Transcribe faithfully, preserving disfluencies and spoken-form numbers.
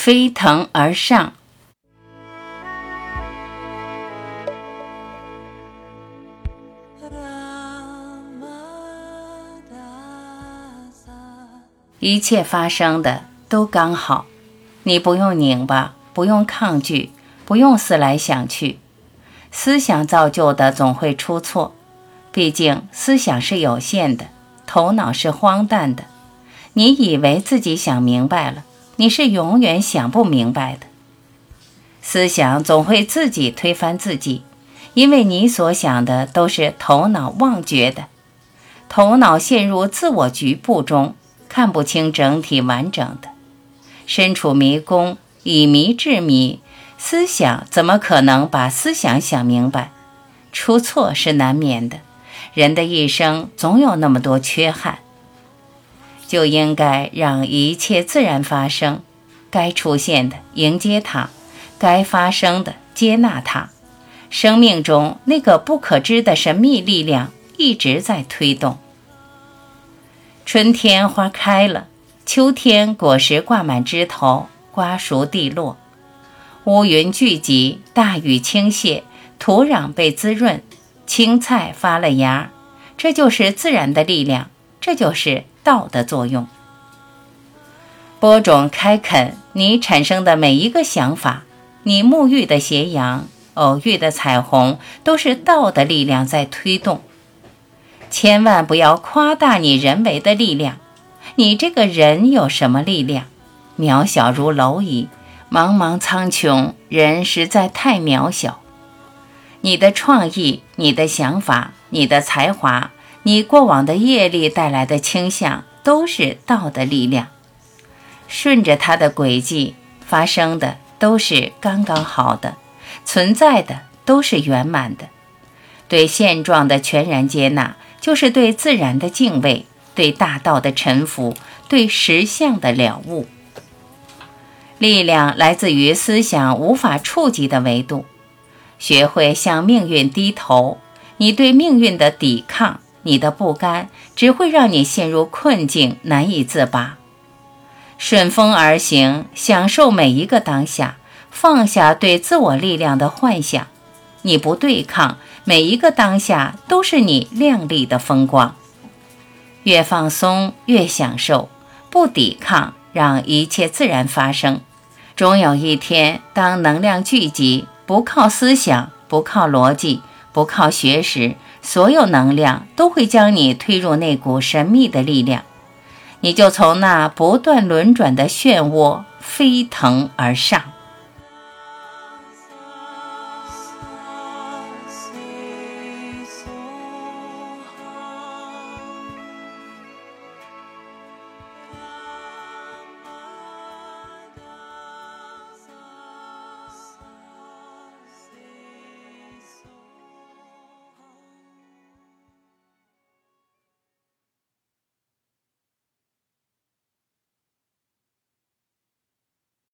飞腾而上。一切发生的都刚好，你不用拧巴，不用抗拒，不用思来想去。思想造就的总会出错，毕竟思想是有限的，头脑是荒诞的。你以为自己想明白了，你是永远想不明白的。思想总会自己推翻自己，因为你所想的都是头脑妄觉的，头脑陷入自我局部中，看不清整体完整的，身处迷宫，以迷制迷，思想怎么可能把思想想明白？出错是难免的，人的一生总有那么多缺憾，就应该让一切自然发生，该出现的迎接它，该发生的接纳它。生命中那个不可知的神秘力量一直在推动。春天花开了，秋天果实挂满枝头，瓜熟蒂落，乌云聚集，大雨倾泻，土壤被滋润，青菜发了芽，这就是自然的力量，这就是道的作用。播种开垦，你产生的每一个想法，你沐浴的斜阳，偶遇的彩虹，都是道的力量在推动。千万不要夸大你人为的力量，你这个人有什么力量？渺小如蝼蚁，茫茫苍穹，人实在太渺小。你的创意，你的想法，你的才华，你过往的业力带来的倾向，都是道的力量。顺着它的轨迹，发生的都是刚刚好的，存在的都是圆满的。对现状的全然接纳，就是对自然的敬畏，对大道的臣服，对实相的了悟。力量来自于思想无法触及的维度。学会向命运低头，你对命运的抵抗，你的不甘，只会让你陷入困境，难以自拔。顺风而行，享受每一个当下，放下对自我力量的幻想。你不对抗，每一个当下都是你亮丽的风光。越放松越享受，不抵抗，让一切自然发生。终有一天，当能量聚集，不靠思想，不靠逻辑，不靠学识，所有能量都会将你推入那股神秘的力量，你就从那不断轮转的漩涡飞腾而上。